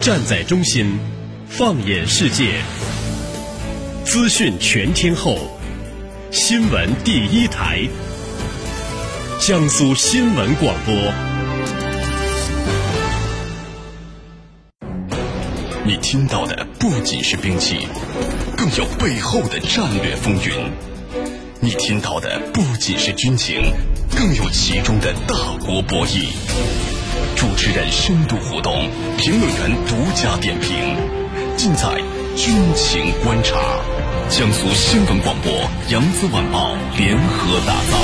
站在中心，放眼世界，资讯全天候，新闻第一台，江苏新闻广播。你听到的不仅是兵器，更有背后的战略风云。你听到的不仅是军情，更有其中的大国博弈。主持人深度互动，评论员独家点评，尽在军情观察。江苏新闻广播、扬子晚报联合打造，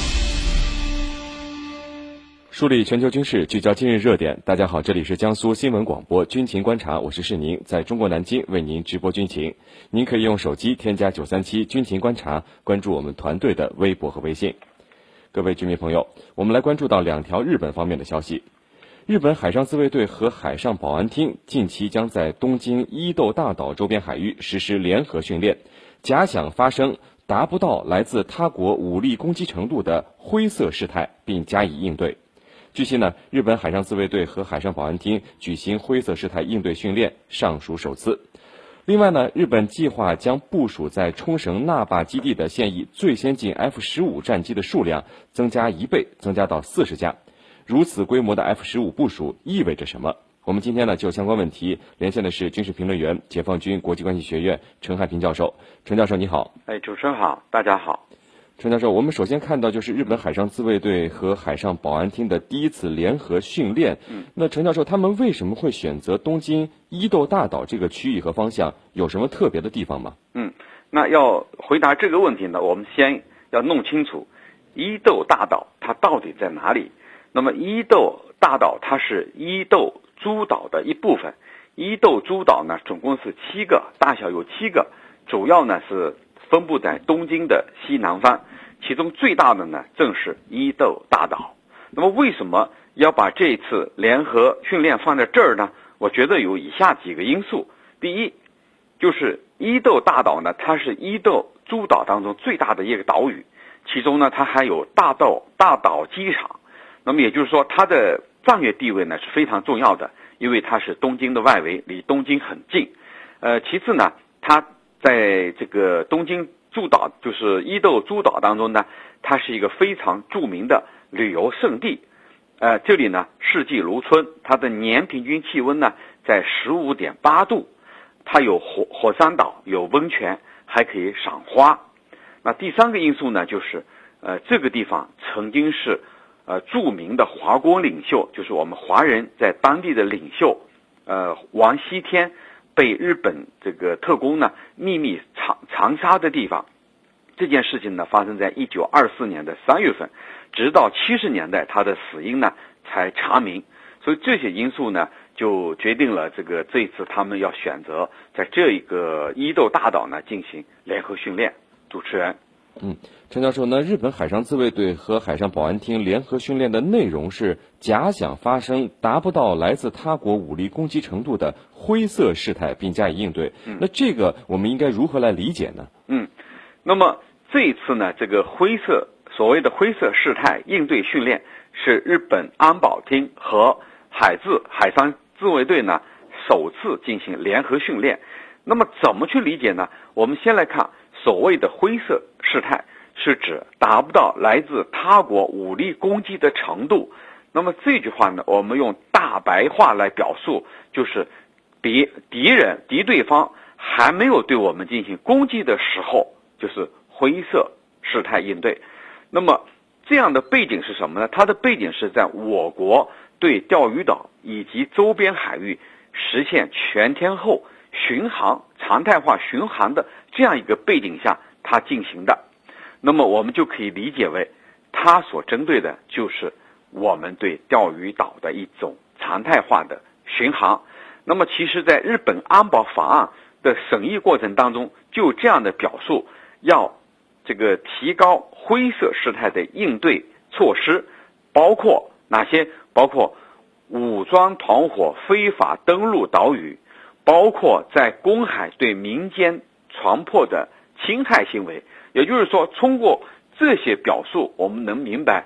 梳理全球军事，聚焦今日热点。大家好，这里是江苏新闻广播军情观察，我是世宁，在中国南京为您直播军情。您可以用手机添加937军情观察，关注我们团队的微博和微信。各位军迷朋友，我们来关注到2条日本方面的消息。日本海上自卫队和海上保安厅近期将在东京伊豆大岛周边海域实施联合训练，假想发生达不到来自他国武力攻击程度的灰色事态，并加以应对。据悉呢，日本海上自卫队和海上保安厅举行灰色事态应对训练，尚属首次。另外呢，日本计划将部署在冲绳那霸基地的现役最先进 F-15 战机的数量增加1倍，增加到40架。如此规模的 F-15 部署意味着什么？我们今天呢就相关问题连线的是军事评论员、解放军国际关系学院陈汉平教授。陈教授你好。 主持人好，大家好。 陈教授，我们首先看到就是日本海上自卫队和海上保安厅的第一次联合训练。那陈教授，他们为什么会选择东京伊豆大岛这个区域和方向？有什么特别的地方吗？ 那要回答这个问题呢，我们先要弄清楚伊豆大岛它到底在哪里。那么伊豆大岛它是伊豆诸岛的一部分，伊豆诸岛呢总共是7个，大小有7个，主要呢是分布在东京的西南方，其中最大的呢正是伊豆大岛。那么为什么要把这次联合训练放在这儿呢？我觉得有以下几个因素。第一，就是伊豆大岛呢，它是伊豆诸岛当中最大的一个岛屿，其中呢它还有大岛机场。那么也就是说，它的战略地位呢是非常重要的，因为它是东京的外围，离东京很近。其次呢，它在这个东京诸岛，就是伊豆诸岛当中呢，它是一个非常著名的旅游胜地。这里呢四季如春，它的年平均气温呢在15.8度，它有火山岛，有温泉，还可以赏花。那第三个因素呢，就是这个地方曾经是著名的华国领袖，就是我们华人在当地的领袖王锡天被日本这个特工呢秘密长杀的地方。这件事情呢发生在1924年的3月份，直到70年代他的死因呢才查明。所以这些因素呢就决定了这一次他们要选择在这一个伊豆大岛呢进行联合训练。主持人。 陈教授，那日本海上自卫队和海上保安厅联合训练的内容是假想发生达不到来自他国武力攻击程度的灰色事态，并加以应对。那这个我们应该如何来理解呢？ 那么这一次呢，这个所谓的灰色事态应对训练是日本安保厅和海上自卫队呢首次进行联合训练。那么怎么去理解呢？我们先来看所谓的灰色事态是指达不到来自他国武力攻击的程度。那么这句话呢，我们用大白话来表述，就是敌对方还没有对我们进行攻击的时候，就是灰色事态应对。那么这样的背景是什么呢？它的背景是在我国对钓鱼岛以及周边海域实现全天候巡航、常态化巡航的这样一个背景下它进行的。那么我们就可以理解为，它所针对的就是我们对钓鱼岛的一种常态化的巡航。那么其实在日本安保法案的审议过程当中，就这样的表述，要提高灰色事态的应对措施，包括哪些？包括武装团伙非法登陆岛屿，包括在公海对民间船舶的侵害行为。也就是说，通过这些表述，我们能明白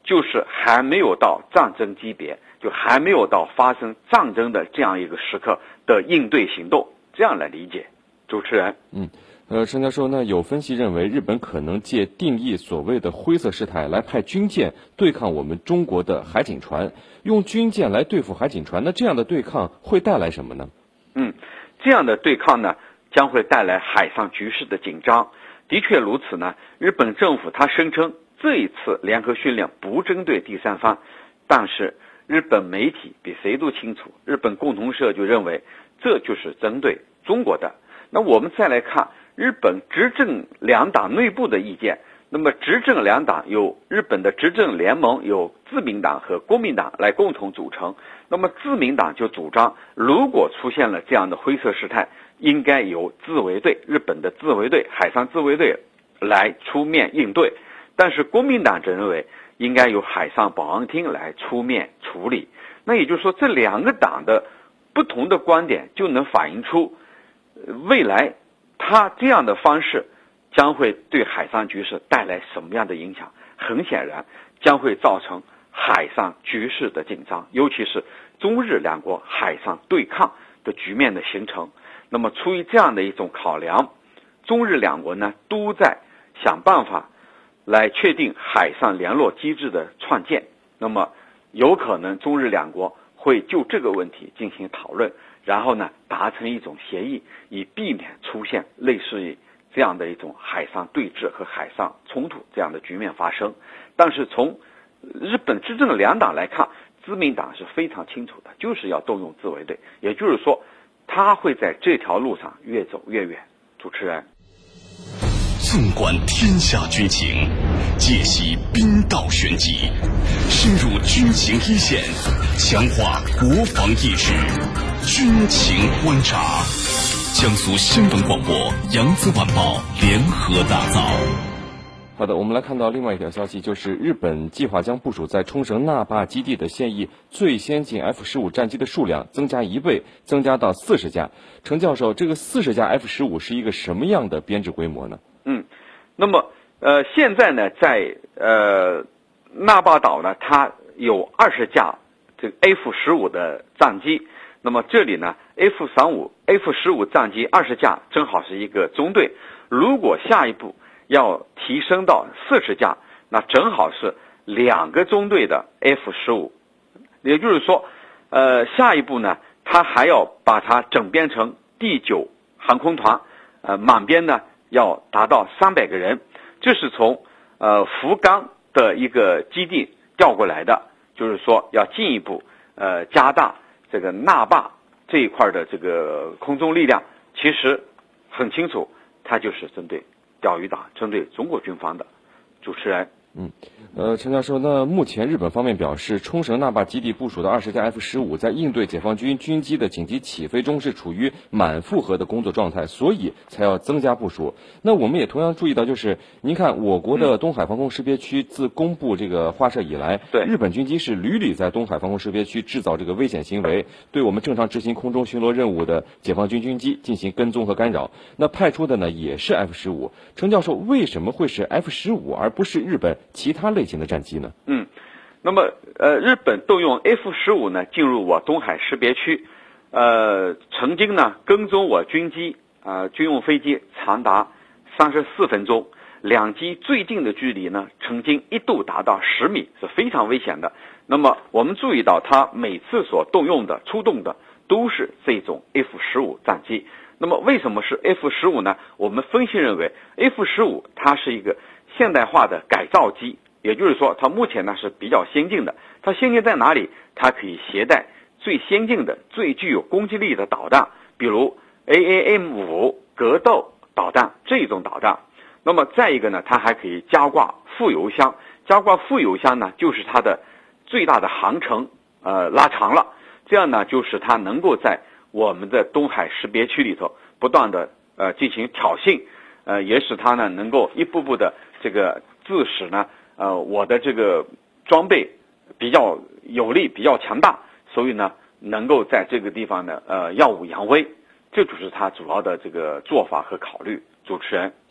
就是还没有到战争级别，就还没有到发生战争的这样一个时刻的应对行动，这样来理解。主持人， 陈教授，那有分析认为，日本可能借定义所谓的灰色事态来派军舰对抗我们中国的海警船，用军舰来对付海警船，那这样的对抗会带来什么呢？ 这样的对抗呢，将会带来海上局势的紧张。的确如此呢，日本政府他声称这一次联合训练不针对第三方，但是日本媒体比谁都清楚，日本共同社就认为这就是针对中国的。那我们再来看日本执政两党内部的意见，那么执政两党有日本的执政联盟，有自民党和国民党来共同组成。那么自民党就主张，如果出现了这样的灰色事态，应该由自卫队，日本的自卫队，海上自卫队来出面应对。但是国民党则认为应该由海上保安厅来出面处理。那也就是说，这两个党的不同的观点就能反映出未来他这样的方式将会对海上局势带来什么样的影响。很显然将会造成海上局势的紧张，尤其是中日两国海上对抗的局面的形成。那么出于这样的一种考量，中日两国呢都在想办法来确定海上联络机制的创建。那么有可能中日两国会就这个问题进行讨论，然后呢达成一种协议，以避免出现类似于这样的一种海上对峙和海上冲突这样的局面发生。但是从日本执政的两党来看，自民党是非常清楚的，就是要动用自卫队，也就是说他会在这条路上越走越远。主持人， 纵观天下军情，解析兵道玄机，深入军情一线，强化国防意识，军情观察。江苏新闻广播、扬子晚报联合打造。 好的，我们来看到另外一条消息，就是日本计划将部署在冲绳那霸基地的现役最先进 F-15战机的数量增加1倍，增加到40架。程教授，这个40架 F-15是一个什么样的编制规模呢？ 那么现在呢，在那霸岛呢，它有20架这个 F-15的战机。那么这里呢 F-15 战机20架正好是一个中队，如果下一步要提升到40架，那正好是2个中队的 F-15。也就是说下一步呢，它还要把它整编成第9航空团，满编呢要达到300个人。这是从福冈的一个基地调过来的，就是说要进一步加大这个那霸这一块的这个空中力量。其实很清楚，它就是针对钓鱼岛，针对中国军方的。主持人， 陈教授，那目前日本方面表示，冲绳那霸基地部署的20架 F-15在应对解放军军机的紧急起飞中是处于满负荷的工作状态，所以才要增加部署。那我们也同样注意到，就是您看我国的东海防空识别区自公布这个划设以来， 对日本军机是屡屡在东海防空识别区制造这个危险行为，对我们正常执行空中巡逻任务的解放军军机进行跟踪和干扰。那派出的呢也是 F-15。程教授，为什么会是 F-15而不是日本其他类型的战机呢？ 那么日本动用 F-15呢进入我东海识别区，曾经呢跟踪我军机军用飞机长达34分钟，两机最近的距离呢曾经一度达到10米，是非常危险的。那么我们注意到它每次所动用的出动的都是这种 F-15战机。那么为什么是 F-15呢？我们分析认为 F-15它是一个现代化的改造机，也就是说它目前呢是比较先进的。它先进在哪里？它可以携带最先进的最具有攻击力的导弹，比如 AAM-5 格斗导弹这种导弹。那么再一个呢，它还可以加挂副油箱，加挂副油箱呢就是它的最大的航程拉长了，这样呢就是它能够在我们的东海识别区里头不断的进行挑衅，也使它呢能够一步步的这个致使呢我的这个装备比较有力，比较强大，所以呢能够在这个地方呢耀武扬威，这就是它主要的这个做法和考虑。主持人，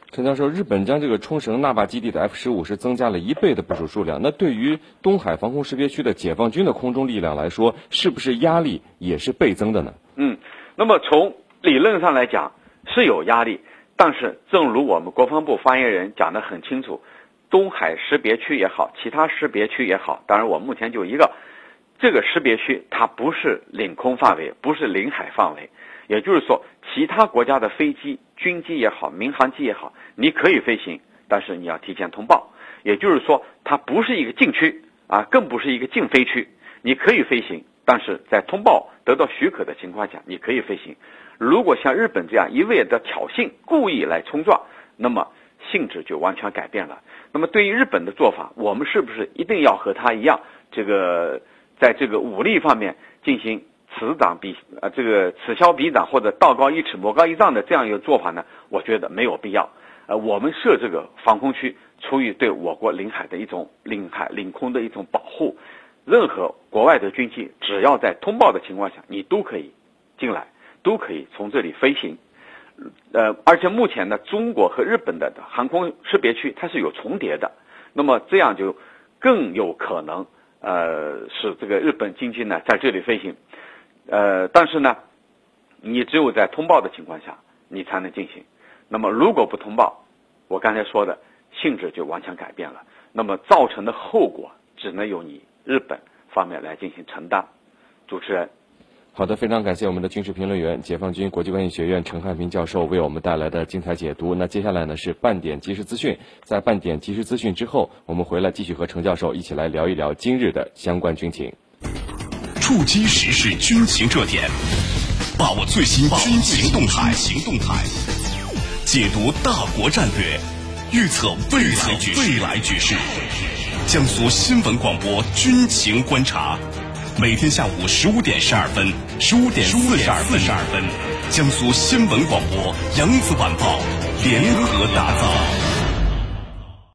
陈教授，日本将这个冲绳那霸基地的 F-15是增加了1倍的部署数量，那对于东海防空识别区的解放军的空中力量来说，是不是压力也是倍增的呢？ 那么从理论上来讲是有压力，但是正如我们国防部发言人讲得很清楚，东海识别区也好，其他识别区也好，当然我目前就一个，这个识别区它不是领空范围，不是领海范围，也就是说其他国家的飞机、军机也好，民航机也好，你可以飞行，但是你要提前通报，也就是说它不是一个禁区啊，更不是一个禁飞区，你可以飞行，但是在通报得到许可的情况下你可以飞行。如果像日本这样一味的挑衅，故意来冲撞，那么性质就完全改变了。那么对于日本的做法，我们是不是一定要和他一样，在这个武力方面进行此消彼长或者道高一尺魔高一丈的这样一个做法呢？我觉得没有必要。我们设这个防空区，出于对我国领海的一种领空的一种保护，任何国外的军机只要在通报的情况下，你都可以进来，都可以从这里飞行。而且目前呢，中国和日本的航空识别区它是有重叠的，那么这样就更有可能使这个日本军机呢在这里飞行。但是呢，你只有在通报的情况下你才能进行。那么如果不通报，我刚才说的性质就完全改变了，那么造成的后果只能由你日本方面来进行承担。主持人。 好的，非常感谢我们的军事评论员、解放军国际关系学院陈汉平教授为我们带来的精彩解读。那接下来呢是半点即时资讯，在半点即时资讯之后，我们回来继续和陈教授一起来聊一聊今日的相关军情。 触击时事军情热点，把握最新军情动态，解读大国战略，预测未来局势。江苏新闻广播军情观察。每天下午15点12分，15点42分，江苏新闻广播、扬子晚报联合打造。